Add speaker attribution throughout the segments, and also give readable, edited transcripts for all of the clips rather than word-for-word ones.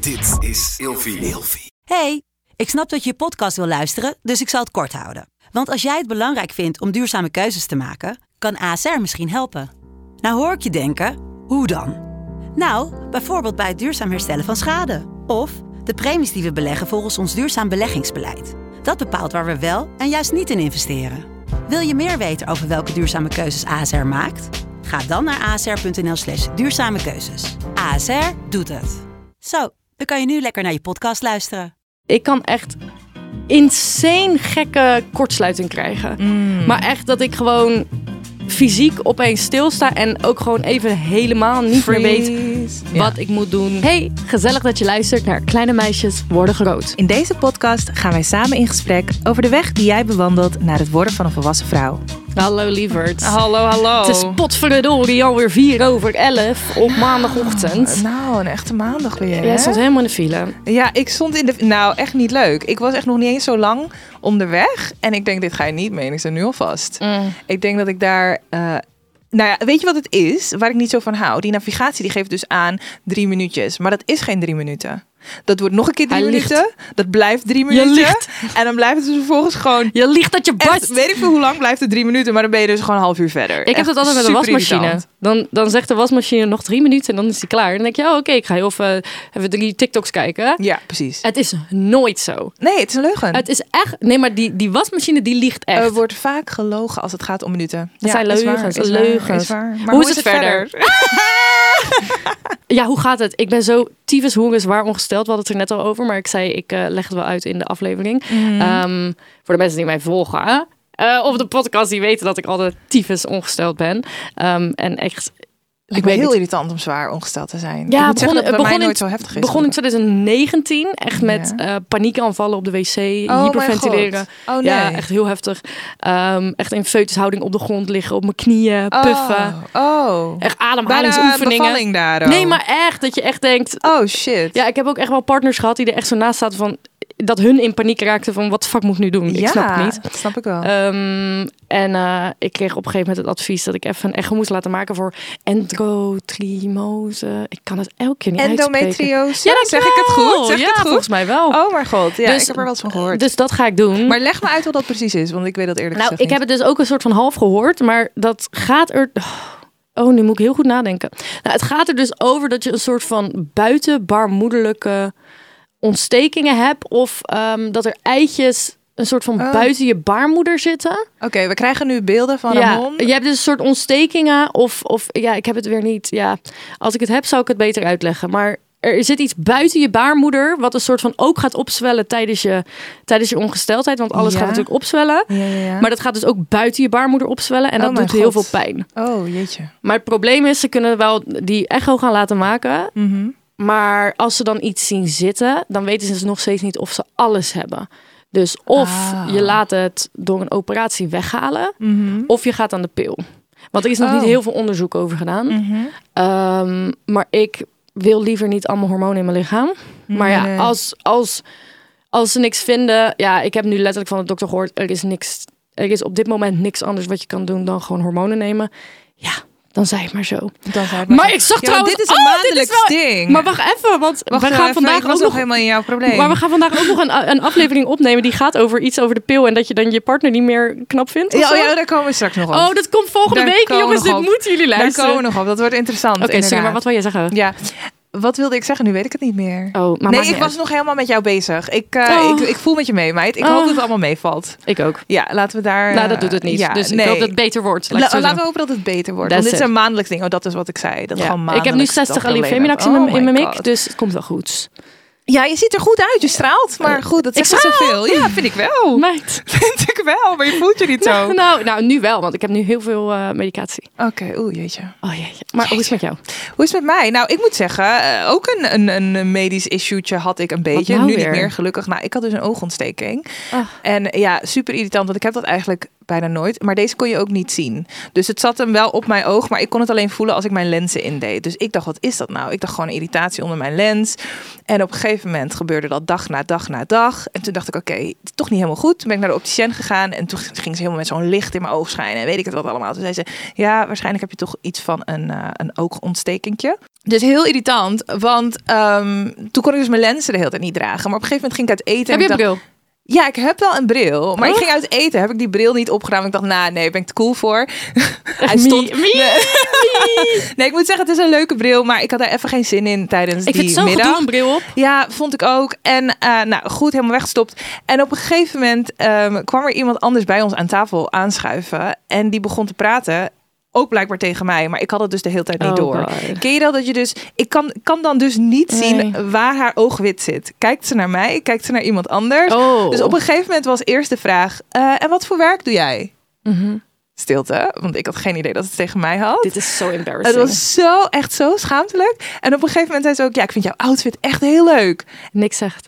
Speaker 1: Dit is Ilfie.
Speaker 2: Hey, ik snap dat je je podcast wil luisteren, dus ik zal het kort houden. Want als jij het belangrijk vindt om duurzame keuzes te maken, kan ASR misschien helpen. Nou hoor ik je denken, hoe dan? Nou, bijvoorbeeld bij het duurzaam herstellen van schade. Of de premies die we beleggen volgens ons duurzaam beleggingsbeleid. Dat bepaalt waar we wel en juist niet in investeren. Wil je meer weten over welke duurzame keuzes ASR maakt? Ga dan naar asr.nl/duurzame keuzes. ASR doet het. Zo, dan kan je nu lekker naar je podcast luisteren.
Speaker 3: Ik kan echt insane gekke kortsluiting krijgen. Maar echt dat ik gewoon fysiek opeens stilsta en ook gewoon even helemaal niet meer weet wat ik moet doen. Hey, gezellig dat je luistert naar Kleine Meisjes Worden Groot.
Speaker 4: In deze podcast gaan wij samen in gesprek over de weg die jij bewandelt naar het worden van een volwassen vrouw.
Speaker 3: Hallo lieverd.
Speaker 4: Hallo.
Speaker 3: Het is potverdorie alweer 11:04 op maandagochtend.
Speaker 4: Nou, een echte maandag weer.
Speaker 3: Jij stond helemaal in de file.
Speaker 4: Ja, ik stond in de... Nou, echt niet leuk. Ik was echt nog niet eens zo lang onderweg. En ik denk, dit ga je niet meenen. Ik sta nu al vast. Ik denk dat ik daar... Nou ja, weet je wat het is? Waar ik niet zo van hou. Die navigatie die geeft dus aan 3 minuutjes. Maar dat is geen 3 minuten. Dat wordt nog een keer 3 minuten. Dat blijft 3 minuten. En dan blijft het dus vervolgens gewoon...
Speaker 3: Je liegt dat je barst.
Speaker 4: Weet ik veel hoe lang blijft het 3 minuten. Maar dan ben je dus gewoon een half uur verder.
Speaker 3: Ik heb dat altijd met de wasmachine. Dan zegt de wasmachine nog 3 minuten en dan is die klaar. Dan denk je, oké, ik ga heel even 3 TikToks kijken.
Speaker 4: Ja, precies.
Speaker 3: Het is nooit zo.
Speaker 4: Nee, het is een leugen.
Speaker 3: Het is echt... Nee, maar die wasmachine die liegt echt.
Speaker 4: Er wordt vaak gelogen als het gaat om minuten.
Speaker 3: Het zijn leugens.
Speaker 4: Is waar. Maar
Speaker 3: hoe is het verder? Ja, hoe gaat het? Ik ben zo tyfus hoe zwaar ongesteld. We hadden het er net al over, maar ik zei, ik leg het wel uit in de aflevering. Voor de mensen die mij volgen, of de podcast die weten dat ik altijd tyfus ongesteld ben. En echt...
Speaker 4: Ik ben heel irritant om zwaar ongesteld te zijn.
Speaker 3: Ja,
Speaker 4: ik moet zeggen dat het bij mij nooit zo heftig is.
Speaker 3: Begon in 2019, echt met paniekaanvallen op de wc, hyperventileren.
Speaker 4: Oh, nee.
Speaker 3: Ja, echt heel heftig. Echt in foetushouding op de grond liggen, op mijn knieën, puffen. Echt ademhalingsoefeningen.
Speaker 4: Bevalling daar.
Speaker 3: Nee, maar echt, dat je echt denkt...
Speaker 4: Oh, shit.
Speaker 3: Ja, ik heb ook echt wel partners gehad die er echt zo naast zaten van... Dat hun in paniek raakten van, wat de fuck moet ik nu doen? Ik snap het niet.
Speaker 4: Dat snap ik wel.
Speaker 3: Ik kreeg op een gegeven moment het advies dat ik even een echo moest laten maken voor endometriose. Ik kan het elke keer niet uitspreken.
Speaker 4: Endometriose?
Speaker 3: Ja, dat
Speaker 4: zeg ik het goed? Zeg ik het goed?
Speaker 3: Volgens mij wel.
Speaker 4: Oh mijn god, ja,
Speaker 3: Dus,
Speaker 4: ik heb er wel eens van gehoord.
Speaker 3: Dus dat ga ik doen.
Speaker 4: Maar leg me uit wat dat precies is, want ik weet dat eerlijk gezegd
Speaker 3: ik heb het dus ook een soort van half gehoord, maar dat gaat er... Oh, nu moet ik heel goed nadenken. Nou, het gaat er dus over dat je een soort van buitenbaarmoederlijke ontstekingen hebt of dat er eitjes een soort van buiten je baarmoeder zitten.
Speaker 4: Oké, we krijgen nu beelden van Ramon.
Speaker 3: Je hebt dus een soort ontstekingen of ik heb het weer niet. Ja, als ik het heb, zou ik het beter uitleggen. Maar er zit iets buiten je baarmoeder wat een soort van ook gaat opzwellen tijdens je ongesteldheid. Want alles gaat natuurlijk opzwellen. Ja. Maar dat gaat dus ook buiten je baarmoeder opzwellen. En dat doet heel veel pijn.
Speaker 4: Oh, jeetje.
Speaker 3: Maar het probleem is, ze kunnen wel die echo gaan laten maken. Maar als ze dan iets zien zitten, dan weten ze dus nog steeds niet of ze alles hebben. Dus of je laat het door een operatie weghalen, of je gaat aan de pil. Want er is nog niet heel veel onderzoek over gedaan. Maar ik wil liever niet allemaal hormonen in mijn lichaam. Maar ja, als ze niks vinden... Ja, ik heb nu letterlijk van de dokter gehoord... Er is op dit moment niks anders wat je kan doen dan gewoon hormonen nemen. Ja, dan zei het maar zo. Maar ik zag trouwens...
Speaker 4: Dit is een maandelijks ding.
Speaker 3: Maar wacht even, want we gaan vandaag ook nog
Speaker 4: helemaal in jouw probleem.
Speaker 3: Maar we gaan vandaag ook nog een aflevering opnemen die gaat over iets over de pil en dat je dan je partner niet meer knap vindt.
Speaker 4: Ja, daar komen we straks nog op.
Speaker 3: Oh, dat komt volgende week, jongens. Dit moeten jullie luisteren.
Speaker 4: Daar komen we nog op. Dat wordt interessant.
Speaker 3: Oké, sorry, maar wat wil jij zeggen?
Speaker 4: Ja. Wat wilde ik zeggen? Nu weet ik het niet meer.
Speaker 3: Ik
Speaker 4: was nog helemaal met jou bezig. Ik voel met je mee, meid. Ik hoop dat het allemaal meevalt.
Speaker 3: Ik ook.
Speaker 4: Ja, laten we daar...
Speaker 3: Nou, dat doet het niet. Dus ik hoop dat het beter wordt.
Speaker 4: Laten we hopen dat het beter wordt. Want dit is een maandelijks ding. Oh, dat is wat ik zei. Dat gewoon
Speaker 3: ik heb nu 60 Alifeminax in mijn mik. Dus het komt wel goed.
Speaker 4: Ja, je ziet er goed uit. Je straalt. Maar goed, dat zegt niet zoveel. Ja, vind ik wel.
Speaker 3: Meid.
Speaker 4: Vind ik wel. Maar je voelt je niet zo.
Speaker 3: Nou, nu wel. Want ik heb nu heel veel medicatie.
Speaker 4: Oké, jeetje.
Speaker 3: Oh jeetje. Maar hoe is het met jou?
Speaker 4: Hoe is het met mij? Nou, ik moet zeggen, ook een medisch issue'tje had ik een beetje. Nu niet meer, gelukkig. Nou, ik had dus een oogontsteking. En ja, super irritant. Want ik heb dat eigenlijk bijna nooit. Maar deze kon je ook niet zien. Dus het zat hem wel op mijn oog. Maar ik kon het alleen voelen als ik mijn lenzen indeed. Dus ik dacht, wat is dat nou? Ik dacht gewoon een irritatie onder mijn lens. En op een gegeven moment gebeurde dat dag na dag na dag. En toen dacht ik, oké, het is toch niet helemaal goed. Toen ben ik naar de opticien gegaan. En toen ging ze helemaal met zo'n licht in mijn oog schijnen. En weet ik het wat allemaal. Toen zei ze, ja, waarschijnlijk heb je toch iets van een oogontstekentje. Dus heel irritant, want toen kon ik dus mijn lenzen de hele tijd niet dragen. Maar op een gegeven moment ging ik uit eten.
Speaker 3: Heb je een bril?
Speaker 4: Ja, ik heb wel een bril. Maar ik ging uit eten. Heb ik die bril niet opgedaan. Ik dacht, nee, ben ik te cool voor. Hij stond... Nee, ik moet zeggen, het is een leuke bril. Maar ik had daar even geen zin in tijdens die middag. Ik vind het zo goed, een bril op. Ja, vond ik ook. En goed, helemaal weggestopt. En op een gegeven moment kwam er iemand anders bij ons aan tafel aanschuiven. En die begon te praten. Ook blijkbaar tegen mij, maar ik had het dus de hele tijd niet door. God. Ken je dat je dus... Ik kan dan dus niet zien waar haar oogwit zit. Kijkt ze naar mij? Kijkt ze naar iemand anders? Dus op een gegeven moment was eerst de vraag... en wat voor werk doe jij? Stilte, want ik had geen idee dat het tegen mij had.
Speaker 3: Dit is zo embarrassing.
Speaker 4: Het was echt zo schaamtelijk. En op een gegeven moment zei ze ook... Ja, ik vind jouw outfit echt heel leuk.
Speaker 3: Niks zegt.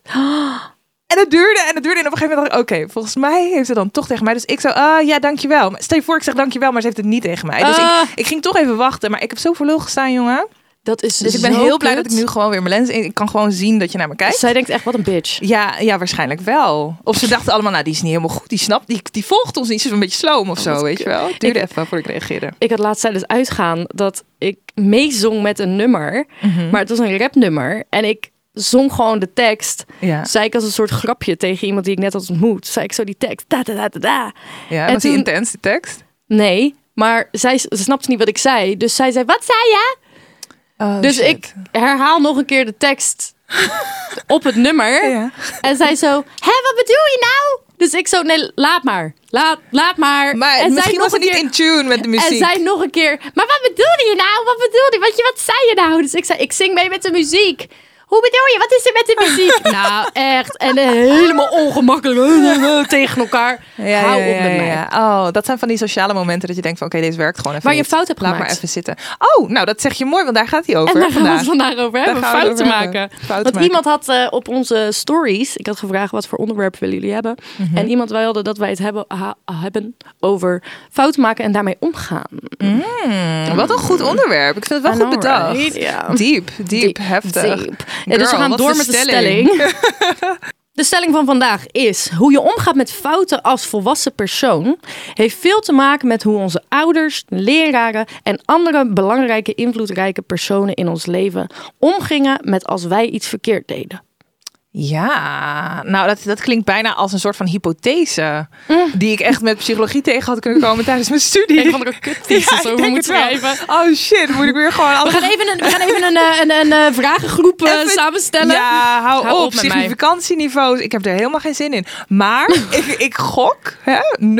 Speaker 4: En het duurde. En op een gegeven moment dacht ik, oké, volgens mij heeft ze dan toch tegen mij. Dus ik zo, ja, dankjewel. Maar stel je voor, ik zeg dankjewel, maar ze heeft het niet tegen mij. Dus ik ging toch even wachten. Maar ik heb zo voor lul gestaan, jongen.
Speaker 3: Dat is
Speaker 4: dus ik ben heel blij dat ik nu gewoon weer mijn lens in. Ik kan gewoon zien dat je naar me kijkt.
Speaker 3: Zij denkt echt, wat een bitch.
Speaker 4: Ja, waarschijnlijk wel. Of ze dachten allemaal, die is niet helemaal goed. Die snapt, die volgt ons niet. Ze is een beetje sloom of zo, weet je wel. Het duurde even voordat ik reageerde.
Speaker 3: Ik had laatst tijdens uitgaan dat ik meezong met een nummer. Maar het was een rapnummer. En ik zong gewoon de tekst. Ja. Zei ik als een soort grapje tegen iemand die ik net had ontmoet. Zei ik zo die tekst. Da, da, da, da, da.
Speaker 4: Ja, en was die intens, die tekst?
Speaker 3: Nee, maar ze snapte niet wat ik zei. Dus zij zei, wat zei je? Dus shit. Ik herhaal nog een keer de tekst op het nummer. Ja. En zij zo, wat bedoel je nou? Dus ik zo, nee, laat maar. Laat maar.
Speaker 4: Maar en misschien was ze niet in tune met de muziek.
Speaker 3: En zij nog een keer, maar wat bedoelde je nou? Wat zei je nou? Dus ik zei, ik zing mee met de muziek. Hoe bedoel je? Wat is er met de muziek? Nou, echt. En helemaal ongemakkelijk tegen elkaar. Hou op met mij. Ja.
Speaker 4: Oh, dat zijn van die sociale momenten dat je denkt van oké, deze werkt gewoon even.
Speaker 3: Waar je fout hebt gemaakt.
Speaker 4: Laat maar even zitten. Oh, nou dat zeg je mooi, want daar gaat hij over.
Speaker 3: En daar gaan we het vandaag over hebben. Fout te maken. Want iemand had op onze stories, ik had gevraagd wat voor onderwerp willen jullie hebben. En iemand wilde dat wij het hebben over fouten maken en daarmee omgaan.
Speaker 4: Wat een goed onderwerp. Ik vind het wel goed bedacht. Right? Yeah. Diep, heftig.
Speaker 3: Girl, dus we gaan door met de stelling. De stelling van vandaag is: hoe je omgaat met fouten als volwassen persoon heeft veel te maken met hoe onze ouders, leraren en andere belangrijke invloedrijke personen in ons leven omgingen met als wij iets verkeerd deden.
Speaker 4: Ja, nou dat klinkt bijna als een soort van hypothese die ik echt met psychologie tegen had kunnen komen tijdens mijn studie.
Speaker 3: Een van de kutthesis over moet schrijven.
Speaker 4: Oh shit, moet ik weer gewoon...
Speaker 3: We gaan even een vragengroep samenstellen.
Speaker 4: Ja, hou op significantieniveaus. Ik heb er helemaal geen zin in. Maar ik gok 0,5%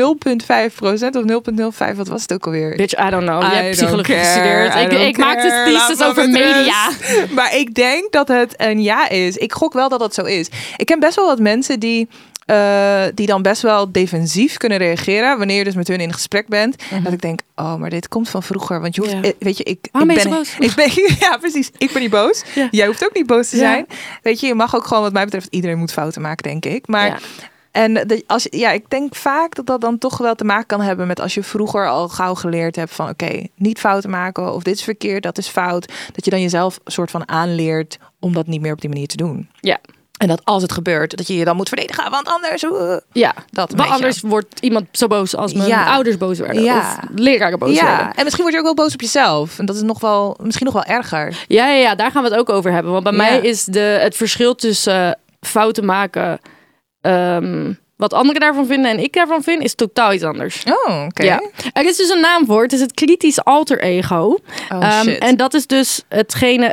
Speaker 4: of 0,05. Wat was het ook alweer?
Speaker 3: Bitch, I don't know. Je hebt psychologie gestudeerd. Ik maakte thesis over media.
Speaker 4: Maar ik denk dat het een ja is. Ik gok wel dat het zo is. Ik ken best wel wat mensen die dan best wel defensief kunnen reageren wanneer je dus met hun in gesprek bent. Dat ik denk, oh, maar dit komt van vroeger. Want je hoeft, weet je, ik ben ja, precies. Ik ben niet boos. Ja. Jij hoeft ook niet boos te zijn. Weet je mag ook gewoon, wat mij betreft, iedereen moet fouten maken, denk ik. Maar ik denk vaak dat dat dan toch wel te maken kan hebben met als je vroeger al gauw geleerd hebt van oké, niet fouten maken of dit is verkeerd, dat is fout. Dat je dan jezelf een soort van aanleert om dat niet meer op die manier te doen.
Speaker 3: Ja.
Speaker 4: En dat als het gebeurt, dat je je dan moet verdedigen. Want anders...
Speaker 3: Want anders wordt iemand zo boos als mijn ouders boos werden. Ja. Of leraren boos werden.
Speaker 4: En misschien word je ook wel boos op jezelf. En dat is misschien nog wel erger.
Speaker 3: Ja, daar gaan we het ook over hebben. Want bij mij is het verschil tussen fouten maken... wat anderen daarvan vinden en ik daarvan vind, is totaal iets anders.
Speaker 4: Oh, oké. Ja.
Speaker 3: Er is dus een naam voor. Het is het kritisch alter ego.
Speaker 4: Shit.
Speaker 3: En dat is dus het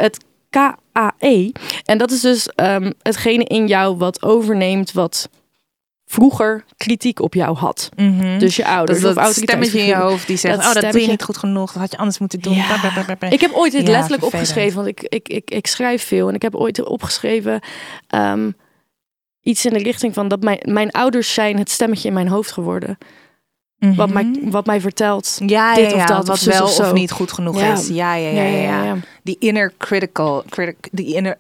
Speaker 3: KAE. En dat is dus hetgene in jou wat overneemt wat vroeger kritiek op jou had. Dus je ouders
Speaker 4: of autoriteit. Stemmetje in je hoofd die zegt, dat doe je niet goed genoeg. Dat had je anders moeten doen.
Speaker 3: Ja. Ik heb ooit dit letterlijk opgeschreven, want ik schrijf veel. En ik heb ooit opgeschreven iets in de richting van dat mijn ouders zijn het stemmetje in mijn hoofd geworden. Wat mij vertelt dit of dat
Speaker 4: wat wel of niet goed genoeg is. Ja. Die inner critical the inner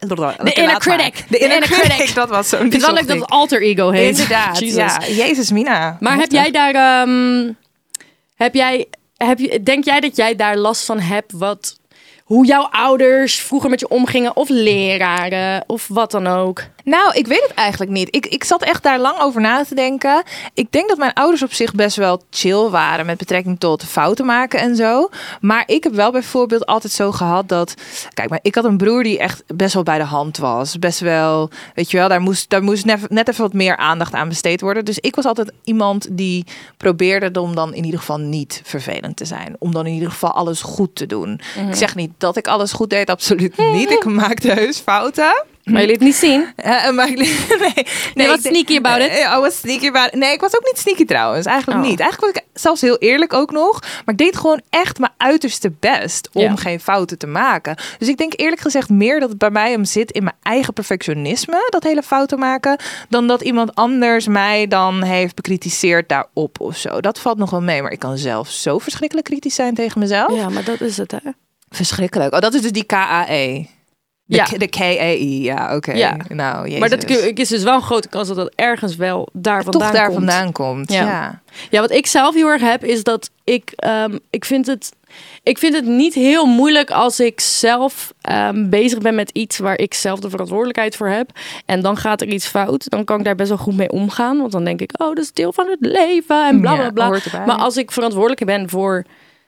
Speaker 4: critic, dat was zo.
Speaker 3: Ik vind wel leuk dat het alter ego heet.
Speaker 4: Inderdaad. Jezus Mina.
Speaker 3: Maar heb jij daar denk jij dat jij daar last van hebt hoe jouw ouders vroeger met je omgingen of leraren of wat dan ook?
Speaker 4: Nou, ik weet het eigenlijk niet. Ik zat echt daar lang over na te denken. Ik denk dat mijn ouders op zich best wel chill waren met betrekking tot fouten maken en zo. Maar ik heb wel bijvoorbeeld altijd zo gehad dat... Kijk, maar ik had een broer die echt best wel bij de hand was. Best wel, weet je wel, daar moest net even wat meer aandacht aan besteed worden. Dus ik was altijd iemand die probeerde om dan in ieder geval niet vervelend te zijn. Om dan in ieder geval alles goed te doen. Mm-hmm. Ik zeg niet dat ik alles goed deed, absoluut niet. Ik maakte heus fouten.
Speaker 3: Maar je liet het niet zien?
Speaker 4: Nee,
Speaker 3: was sneaky about it?
Speaker 4: I was sneaky about it. Nee, ik was ook niet sneaky trouwens. Eigenlijk niet. Eigenlijk was ik zelfs heel eerlijk ook nog. Maar ik deed gewoon echt mijn uiterste best om geen fouten te maken. Dus ik denk eerlijk gezegd meer dat het bij mij hem zit in mijn eigen perfectionisme. Dat hele fouten maken. Dan dat iemand anders mij dan heeft bekritiseerd daarop of zo. Dat valt nog wel mee. Maar ik kan zelf zo verschrikkelijk kritisch zijn tegen mezelf.
Speaker 3: Ja, maar dat is het, hè?
Speaker 4: Verschrikkelijk. Oh, dat is dus die KAE. De KAE, ja, oké.
Speaker 3: Ja.
Speaker 4: Nou, Jezus.
Speaker 3: Maar dat is dus wel een grote kans dat dat ergens wel daar vandaan
Speaker 4: komt.
Speaker 3: Ja, wat ik zelf heel erg heb, is dat ik vind het niet heel moeilijk als ik zelf bezig ben met iets waar ik zelf de verantwoordelijkheid voor heb. En dan gaat er iets fout. Dan kan ik daar best wel goed mee omgaan. Want dan denk ik, dat is deel van het leven en bla, bla, bla. Maar als ik verantwoordelijk ben voor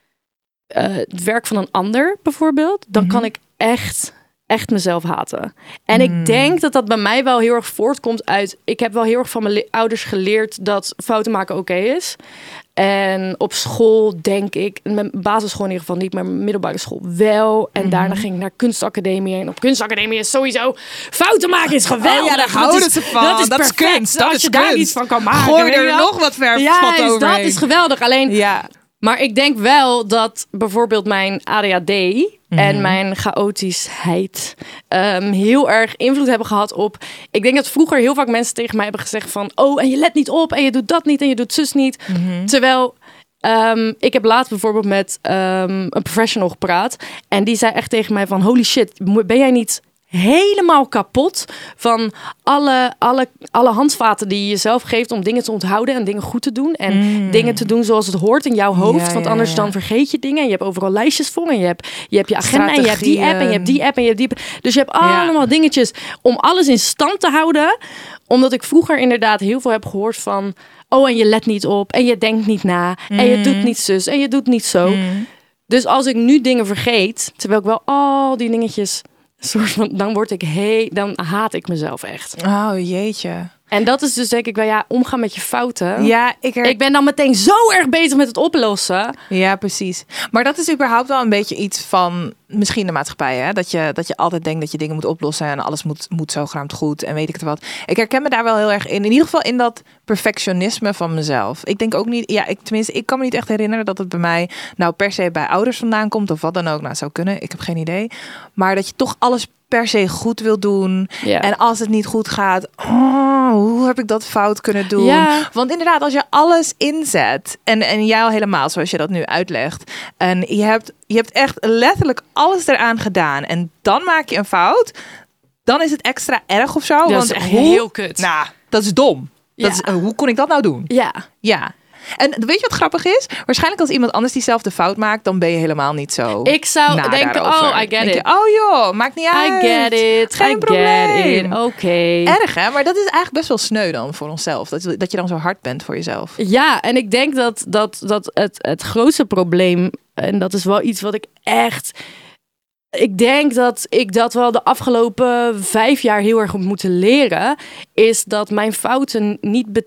Speaker 3: het werk van een ander bijvoorbeeld, dan kan ik echt mezelf haten. En ik denk dat bij mij wel heel erg voortkomt uit... Ik heb wel heel erg van mijn ouders geleerd dat fouten maken oké is. En op school denk ik... Mijn basisschool in ieder geval niet, maar mijn middelbare school wel. En daarna ging ik naar kunstacademie. En op kunstacademie is sowieso... Fouten maken is geweldig.
Speaker 4: Ja, daar houden ze van.
Speaker 3: Dat is kunst.
Speaker 4: Dat
Speaker 3: als je daar iets van kan maken.
Speaker 4: Gooi er nog wat verfspat overheen.
Speaker 3: Dat is geweldig. Alleen... Ja. Maar ik denk wel dat bijvoorbeeld mijn ADHD en mijn chaotischheid heel erg invloed hebben gehad op... Ik denk dat vroeger heel vaak mensen tegen mij hebben gezegd van... Oh, en je let niet op en je doet dat niet en je doet zus niet. Terwijl... ik heb laatst bijvoorbeeld met een professional gepraat. En die zei echt tegen mij van... Holy shit, ben jij niet helemaal kapot van alle handvaten die je jezelf geeft om dingen te onthouden en dingen goed te doen en dingen te doen zoals het hoort in jouw hoofd, want anders dan vergeet je dingen en je hebt overal lijstjes voor en je hebt je agenda en je hebt die app en je hebt die app en je hebt die dus je hebt allemaal dingetjes om alles in stand te houden, omdat ik vroeger inderdaad heel veel heb gehoord van en je let niet op en je denkt niet na en je doet niet zus en je doet niet zo. Dus als ik nu dingen vergeet, terwijl ik wel al die dingetjes soort van, dan haat ik mezelf echt.
Speaker 4: Oh, jeetje.
Speaker 3: En dat is dus denk ik wel, omgaan met je fouten.
Speaker 4: Ja, ik
Speaker 3: ben dan meteen zo erg bezig met het oplossen.
Speaker 4: Ja, precies. Maar dat is überhaupt wel een beetje iets van misschien de maatschappij, hè? Dat je altijd denkt dat je dingen moet oplossen en alles moet zogenaamd goed en weet ik het wat. Ik herken me daar wel heel erg in. In ieder geval in dat perfectionisme van mezelf. Ik denk ook niet, ik kan me niet echt herinneren dat het bij mij nou per se bij ouders vandaan komt of wat dan ook. Nou, zou kunnen. Ik heb geen idee. Maar dat je toch alles per se goed wil doen. Ja. En als het niet goed gaat, hoe heb ik dat fout kunnen doen? Ja. Want inderdaad, als je alles inzet en jou helemaal zoals je dat nu uitlegt en je hebt echt letterlijk alles eraan gedaan en dan maak je een fout, dan is het extra erg of zo.
Speaker 3: Dat is echt heel kut.
Speaker 4: Nou, dat is dom. Dat is, hoe kon ik dat nou doen? Ja. En weet je wat grappig is? Waarschijnlijk als iemand anders diezelfde fout maakt, dan ben je helemaal niet zo.
Speaker 3: Ik zou denken, I get it.
Speaker 4: Joh, maakt niet uit.
Speaker 3: I get it.
Speaker 4: Geen probleem.
Speaker 3: Oké.
Speaker 4: Erg hè, maar dat is eigenlijk best wel sneu dan voor onszelf. Dat je dan zo hard bent voor jezelf.
Speaker 3: Ja, en ik denk dat het grootste probleem, en dat is wel iets wat ik echt... Ik denk dat ik dat wel de afgelopen 5 jaar heel erg heb moeten leren. Is dat mijn fouten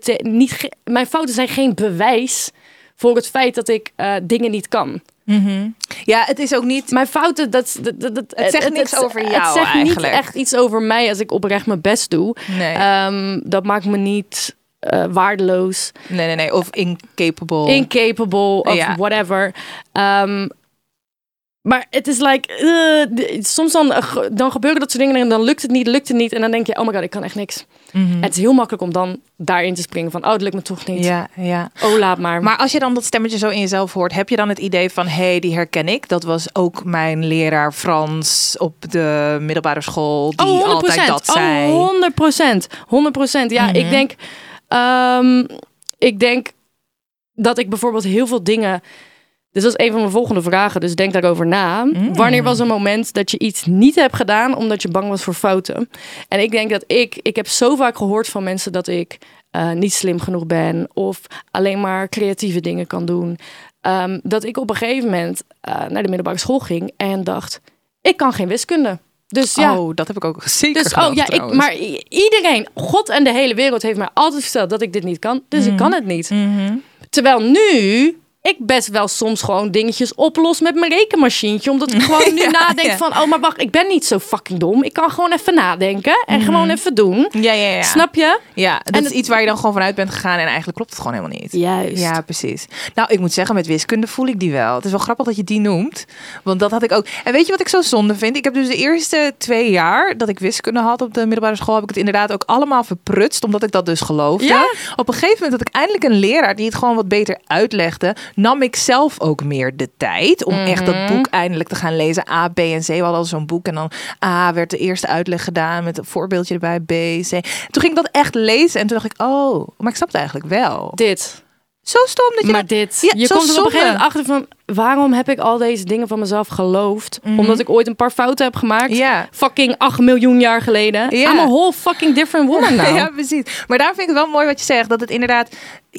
Speaker 3: mijn fouten zijn geen bewijs voor het feit dat ik dingen niet kan.
Speaker 4: Mm-hmm. Ja, het is ook niet...
Speaker 3: Mijn fouten,
Speaker 4: het zegt niks over jou
Speaker 3: het zegt
Speaker 4: eigenlijk.
Speaker 3: niet echt iets over mij als ik oprecht mijn best doe.
Speaker 4: Nee.
Speaker 3: Dat maakt me niet waardeloos.
Speaker 4: Nee. Of
Speaker 3: incapable of whatever. Maar het is soms dan gebeuren dat soort dingen en dan lukt het niet. En dan denk je, oh my god, ik kan echt niks. Mm-hmm. Het is heel makkelijk om dan daarin te springen van, het lukt me toch niet.
Speaker 4: Ja.
Speaker 3: Oh, laat maar.
Speaker 4: Maar als je dan dat stemmetje zo in jezelf hoort, heb je dan het idee van, die herken ik. Dat was ook mijn leraar Frans op de middelbare school die altijd dat zei.
Speaker 3: 100%. Ja, mm-hmm. Ik denk dat ik bijvoorbeeld heel veel dingen Dus dat is een van mijn volgende vragen. Dus denk daarover na. Wanneer was een moment dat je iets niet hebt gedaan omdat je bang was voor fouten? En ik denk dat ik heb zo vaak gehoord van mensen dat ik niet slim genoeg ben of alleen maar creatieve dingen kan doen. Dat ik op een gegeven moment naar de middelbare school ging en dacht, ik kan geen wiskunde. Dus ja.
Speaker 4: Oh, dat heb ik ook zeker gedaan.
Speaker 3: Maar iedereen, God en de hele wereld heeft mij altijd verteld dat ik dit niet kan. Dus ik kan het niet. Terwijl nu ik best wel soms gewoon dingetjes oplos met mijn rekenmachientje. Omdat ik gewoon nu nadenk van, oh, maar wacht, ik ben niet zo fucking dom. Ik kan gewoon even nadenken en gewoon even doen.
Speaker 4: Ja.
Speaker 3: Snap je?
Speaker 4: Ja, dat is iets waar je dan gewoon vanuit bent gegaan en eigenlijk klopt het gewoon helemaal niet.
Speaker 3: Juist.
Speaker 4: Ja, precies. Nou, ik moet zeggen, met wiskunde voel ik die wel. Het is wel grappig dat je die noemt, want dat had ik ook. En weet je wat ik zo zonde vind? Ik heb dus de eerste 2 jaar dat ik wiskunde had op de middelbare school, heb ik het inderdaad ook allemaal verprutst, omdat ik dat dus geloofde. Ja? Op een gegeven moment had ik eindelijk een leraar die het gewoon wat beter uitlegde, nam ik zelf ook meer de tijd om echt dat boek eindelijk te gaan lezen. A, B en C. We hadden al zo'n boek en dan A werd de eerste uitleg gedaan met een voorbeeldje erbij, B, C. Toen ging ik dat echt lezen en toen dacht ik, oh, maar ik snap het eigenlijk wel.
Speaker 3: Dit.
Speaker 4: Zo stom dat je...
Speaker 3: Maar dit. Ja, je komt er op een gegeven moment achter van, waarom heb ik al deze dingen van mezelf geloofd? Omdat ik ooit een paar fouten heb gemaakt.
Speaker 4: Ja.
Speaker 3: Fucking 8 miljoen jaar geleden.
Speaker 4: Ja.
Speaker 3: I'm a whole fucking different woman now.
Speaker 4: Ja, precies. Maar daar vind ik het wel mooi wat je zegt. Dat het inderdaad...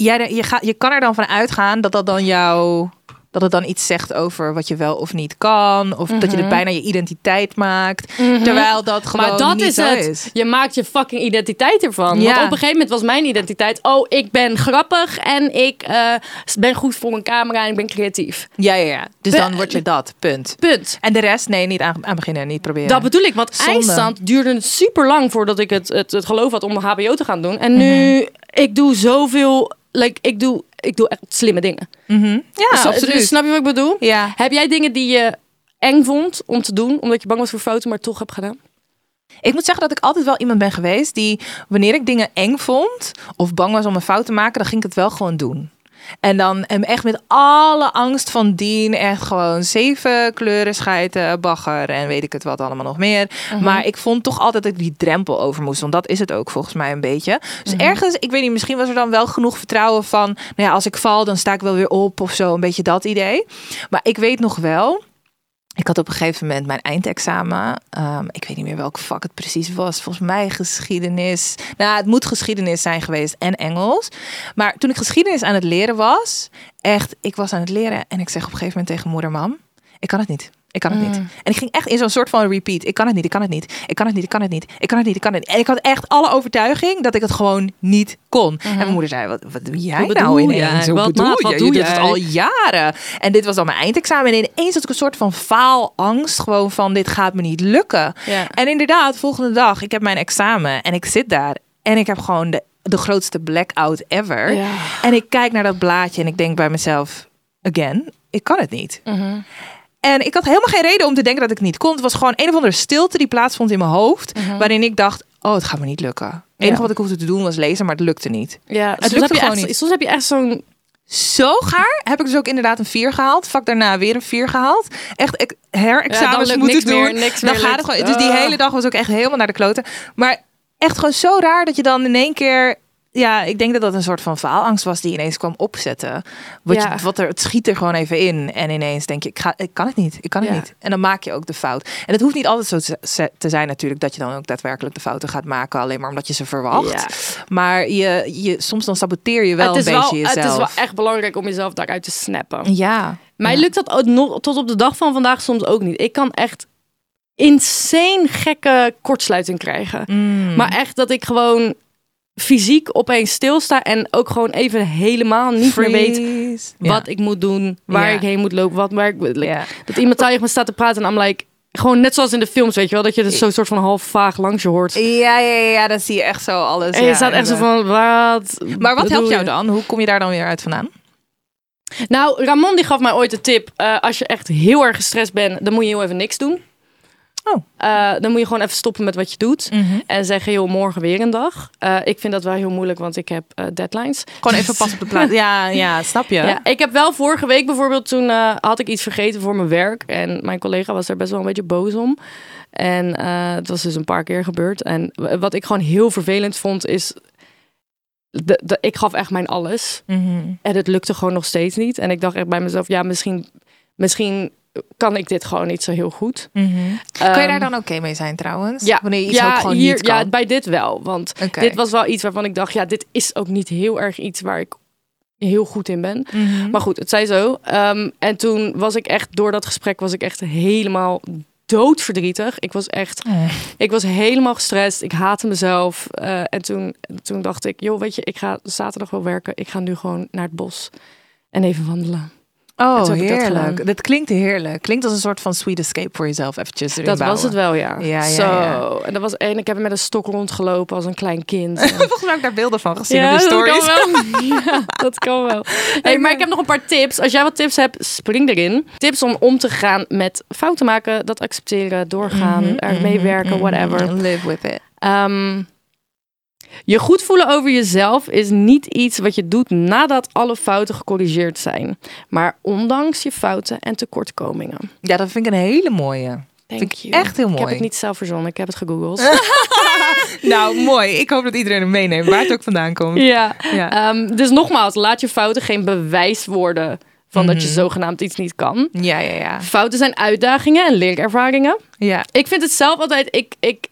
Speaker 4: Je kan er dan van uitgaan dat dat dan jouw... Dat het dan iets zegt over wat je wel of niet kan. Of dat je het bijna je identiteit maakt. Terwijl dat gewoon
Speaker 3: maar dat
Speaker 4: niet
Speaker 3: is
Speaker 4: zo
Speaker 3: het.
Speaker 4: is.
Speaker 3: Je maakt je fucking identiteit ervan.
Speaker 4: Ja.
Speaker 3: Want op een gegeven moment was mijn identiteit, oh, ik ben grappig en ik ben goed voor een camera en ik ben creatief.
Speaker 4: Ja. Dus dan word je dat. Punt. En de rest, nee, niet aan beginnen. Niet proberen.
Speaker 3: Dat bedoel ik. Want eindstand duurde super lang voordat ik het geloof had om een HBO te gaan doen. En nu, ik doe zoveel... Ik doe echt slimme dingen.
Speaker 4: Ja, absoluut.
Speaker 3: Dus snap je wat ik bedoel?
Speaker 4: Ja.
Speaker 3: Heb jij dingen die je eng vond om te doen, omdat je bang was voor fouten, maar toch hebt gedaan?
Speaker 4: Ik moet zeggen dat ik altijd wel iemand ben geweest die, wanneer ik dingen eng vond of bang was om een fout te maken, dan ging ik het wel gewoon doen. En dan echt met alle angst van dien, echt gewoon 7 kleuren schijten, bagger en weet ik het wat allemaal nog meer. Maar ik vond toch altijd dat ik die drempel over moest, want dat is het ook volgens mij een beetje. Dus ergens, ik weet niet, misschien was er dan wel genoeg vertrouwen van, nou ja, als ik val, dan sta ik wel weer op of zo, een beetje dat idee. Maar ik weet nog wel, ik had op een gegeven moment mijn eindexamen. Ik weet niet meer welk vak het precies was. Volgens mij geschiedenis. Nou, het moet geschiedenis zijn geweest en Engels. Maar toen ik geschiedenis aan het leren was, echt, ik was aan het leren en ik zeg op een gegeven moment tegen moeder, mam, ik kan het niet. Ik kan het niet. En ik ging echt in zo'n soort van repeat. Ik kan het niet, ik kan het niet. Ik kan het niet, ik kan het niet. Ik kan het niet, ik kan het niet. En ik had echt alle overtuiging dat ik het gewoon niet kon. En mijn moeder zei, wat doe jij nou ineens? Wat doe je? Je doet het al jaren. En dit was dan mijn eindexamen. En ineens had ik een soort van faalangst. Gewoon van, dit gaat me niet lukken. Ja. En inderdaad, volgende dag, ik heb mijn examen. En ik zit daar. En ik heb gewoon de grootste blackout ever. Ja. En ik kijk naar dat blaadje en ik denk bij mezelf, again, ik kan het niet. En ik had helemaal geen reden om te denken dat ik het niet kon. Het was gewoon een of andere stilte die plaatsvond in mijn hoofd. Waarin ik dacht, oh, het gaat me niet lukken. Het enige wat ik hoefde te doen was lezen, maar het lukte niet. Ja, het lukte gewoon niet.
Speaker 3: Soms heb je echt zo'n...
Speaker 4: Zo gaar heb ik dus ook inderdaad een 4 gehaald. Vak daarna weer een 4 gehaald. Echt herexamens moeten doen. Dan gaat het gewoon. Dus die hele dag was ook echt helemaal naar de kloten. Maar echt gewoon zo raar dat je dan in één keer... Ja, ik denk dat dat een soort van faalangst was die ineens kwam opzetten. Het schiet er gewoon even in. En ineens denk je, ik kan het niet. Ik kan het niet. En dan maak je ook de fout. En het hoeft niet altijd zo te zijn natuurlijk, dat je dan ook daadwerkelijk de fouten gaat maken. Alleen maar omdat je ze verwacht. Ja. Maar soms dan saboteer je wel een beetje jezelf.
Speaker 3: Het is wel echt belangrijk om jezelf daaruit te snappen.
Speaker 4: Ja.
Speaker 3: Mij lukt dat ook nog tot op de dag van vandaag soms ook niet. Ik kan echt insane gekke kortsluiting krijgen. Maar echt dat ik gewoon fysiek opeens stilsta en ook gewoon even helemaal niet meer weet wat ik moet doen, waar ik heen moet lopen, dat iemand tegen me staat te praten en I'm like, gewoon net zoals in de films, weet je wel, dat je het zo'n soort van half vaag langs je hoort.
Speaker 4: Ja, dan zie je echt zo alles.
Speaker 3: En je staat echt zo van, wat?
Speaker 4: Maar wat helpt jou dan? Hoe kom je daar dan weer uit vandaan?
Speaker 3: Nou, Ramon die gaf mij ooit de tip, als je echt heel erg gestrest bent, dan moet je heel even niks doen. Dan moet je gewoon even stoppen met wat je doet. En zeggen, joh, morgen weer een dag. Ik vind dat wel heel moeilijk, want ik heb deadlines.
Speaker 4: Gewoon even pas op de plaats. Ja, snap je.
Speaker 3: Ja, ik heb wel vorige week bijvoorbeeld, toen had ik iets vergeten voor mijn werk. En mijn collega was er best wel een beetje boos om. En het was dus een paar keer gebeurd. En wat ik gewoon heel vervelend vond, is ik gaf echt mijn alles. En het lukte gewoon nog steeds niet. En ik dacht echt bij mezelf, ja, misschien kan ik dit gewoon niet zo heel goed.
Speaker 4: Kan je daar dan oké mee zijn trouwens?
Speaker 3: Ja,
Speaker 4: wanneer je iets ook gewoon niet kan?
Speaker 3: Ja, bij dit wel. Want dit was wel iets waarvan ik dacht, ja, dit is ook niet heel erg iets waar ik heel goed in ben. Maar goed, het zij zo. En toen was ik echt, door dat gesprek was ik echt helemaal doodverdrietig. Ik was helemaal gestrest. Ik haatte mezelf. En toen dacht ik, joh, weet je, ik ga zaterdag wel werken. Ik ga nu gewoon naar het bos en even wandelen.
Speaker 4: Oh, heerlijk. Dat klinkt heerlijk. Klinkt als een soort van sweet escape voor jezelf eventjes erin bouwen.
Speaker 3: Was het wel, ja.
Speaker 4: Ja.
Speaker 3: En ik heb met een stok rondgelopen als een klein kind.
Speaker 4: Volgens mij heb ik daar beelden van gezien op de stories.
Speaker 3: Dat kan wel. Ja, dat kan wel. Hey, maar ik heb nog een paar tips. Als jij wat tips hebt, spring erin. Tips om te gaan met fouten maken, dat accepteren, doorgaan, ermee werken, whatever.
Speaker 4: Live with it.
Speaker 3: Je goed voelen over jezelf is niet iets wat je doet nadat alle fouten gecorrigeerd zijn. Maar ondanks je fouten en tekortkomingen.
Speaker 4: Ja, dat vind ik een hele mooie.
Speaker 3: Vind ik
Speaker 4: echt heel mooi.
Speaker 3: Ik heb het niet zelf verzonnen, ik heb het gegoogeld.
Speaker 4: Nou, mooi. Ik hoop dat iedereen hem meeneemt, waar het ook vandaan komt.
Speaker 3: Ja. Dus nogmaals, laat je fouten geen bewijs worden van dat je zogenaamd iets niet kan.
Speaker 4: Ja.
Speaker 3: Fouten zijn uitdagingen en leerervaringen.
Speaker 4: Ja.
Speaker 3: Ik vind het zelf altijd...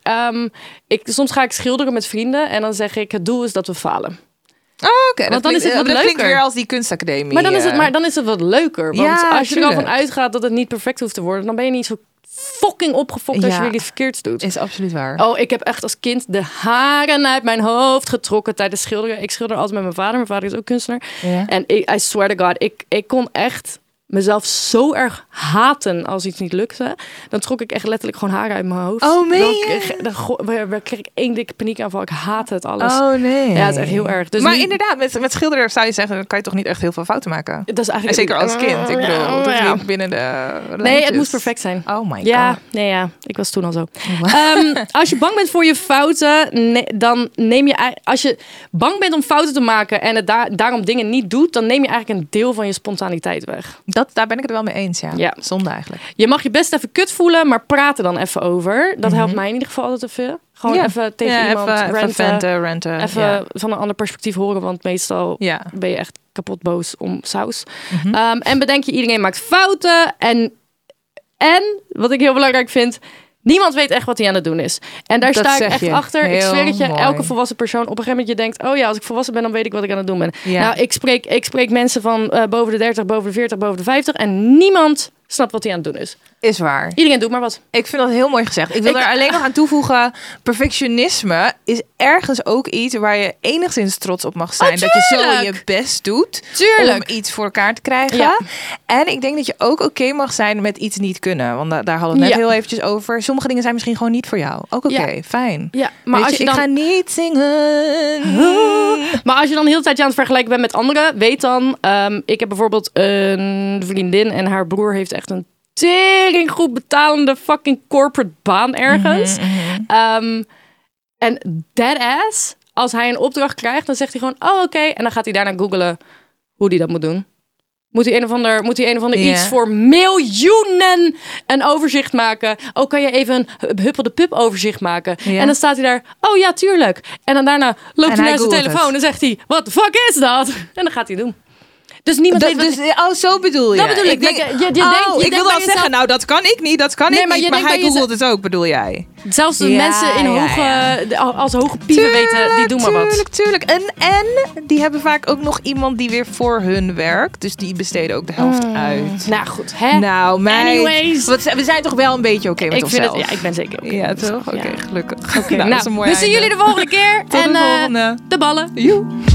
Speaker 3: soms ga ik schilderen met vrienden en dan zeg ik, het doel is dat we falen.
Speaker 4: Oh, oké.
Speaker 3: Want dan is het wat leuker.
Speaker 4: Dat klinkt weer als die kunstacademie.
Speaker 3: Maar dan is het wat leuker. Want als je er al van uitgaat dat het niet perfect hoeft te worden, dan ben je niet zo fucking opgefokt als je weer iets verkeerds doet.
Speaker 4: Is absoluut waar.
Speaker 3: Oh, ik heb echt als kind de haren uit mijn hoofd getrokken tijdens schilderen. Ik schilder altijd met mijn vader. Mijn vader is ook kunstenaar. Ja. En I swear to God, ik kon echt mezelf zo erg haten als iets niet lukte. Dan trok ik echt letterlijk gewoon haren uit mijn hoofd.
Speaker 4: Oh, nee.
Speaker 3: Dan kreeg ik 1 dikke paniekaanval. Ik haatte het alles.
Speaker 4: Oh, nee.
Speaker 3: Ja, het is echt heel erg. Dus
Speaker 4: maar inderdaad, met schilderen zou je zeggen, dan kan je toch niet echt heel veel fouten maken.
Speaker 3: Dat is eigenlijk
Speaker 4: en zeker als kind. Ik bedoel, toch niet binnen de lijntjes.
Speaker 3: Nee, het moest perfect zijn.
Speaker 4: Oh my god.
Speaker 3: Ja, ik was toen al zo. Als je bang bent voor je fouten, dan neem je... Als je bang bent om fouten te maken en het daarom dingen niet doet, dan neem je eigenlijk een deel van je spontaniteit weg.
Speaker 4: Daar ben ik het wel mee eens, ja. Zonde eigenlijk.
Speaker 3: Je mag je best even kut voelen, maar praat er dan even over. Dat helpt mij in ieder geval altijd te veel. Gewoon even tegen iemand
Speaker 4: renten.
Speaker 3: Even van een ander perspectief horen, want meestal ben je echt kapot boos om saus. En bedenk je, iedereen maakt fouten. En wat ik heel belangrijk vind, niemand weet echt wat hij aan het doen is. En daar sta ik echt achter. Ik zweer het je, elke volwassen persoon op een gegeven moment je denkt, oh ja, als ik volwassen ben, dan weet ik wat ik aan het doen ben. Ja. Nou, ik spreek mensen van boven de 30, boven de 40, boven de 50 en niemand snapt wat hij aan het doen is.
Speaker 4: Is waar.
Speaker 3: Iedereen doet maar wat.
Speaker 4: Ik vind dat heel mooi gezegd. Ik wil daar alleen nog aan toevoegen. Perfectionisme is ergens ook iets waar je enigszins trots op mag zijn. Dat je zo je best doet om iets voor elkaar te krijgen. Ja. En ik denk dat je ook oké mag zijn met iets niet kunnen. Want daar hadden we het net heel eventjes over. Sommige dingen zijn misschien gewoon niet voor jou. Ook oké, fijn.
Speaker 3: Ja, maar als je dan...
Speaker 4: Ik ga niet zingen.
Speaker 3: Maar als je dan de hele tijd aan het vergelijken bent met anderen, weet dan, ik heb bijvoorbeeld een vriendin en haar broer heeft echt een tering goed betalende fucking corporate baan ergens. En deadass, als hij een opdracht krijgt, dan zegt hij gewoon, oh oké. En dan gaat hij daarna googlen hoe hij dat moet doen. Moet hij een of ander iets voor miljoenen een overzicht maken? Oh, kan je even een Huppel de Pup overzicht maken? En dan staat hij daar, oh ja, tuurlijk. En dan daarna loopt hij naar zijn telefoon en zegt hij, what the fuck is dat? En dan gaat hij doen. Dus niemand weet
Speaker 4: zo bedoel je.
Speaker 3: Dat bedoel ik.
Speaker 4: Ik wilde al zeggen, nou dat kan ik niet, maar hij googelt het ook, bedoel jij?
Speaker 3: Zelfs de mensen in als hoge pieven weten, die doen maar wat.
Speaker 4: Tuurlijk. En die hebben vaak ook nog iemand die weer voor hun werkt. Dus die besteden ook de helft uit.
Speaker 3: Nou goed, hè?
Speaker 4: Nou,
Speaker 3: anyways.
Speaker 4: We zijn toch wel een beetje oké met onszelf?
Speaker 3: Ja, ik ben zeker oké.
Speaker 4: Ja, toch? Oké, gelukkig.
Speaker 3: Nou, dat is een mooie. We zien jullie de volgende keer.
Speaker 4: Tot de volgende.
Speaker 3: De ballen.
Speaker 4: Joe.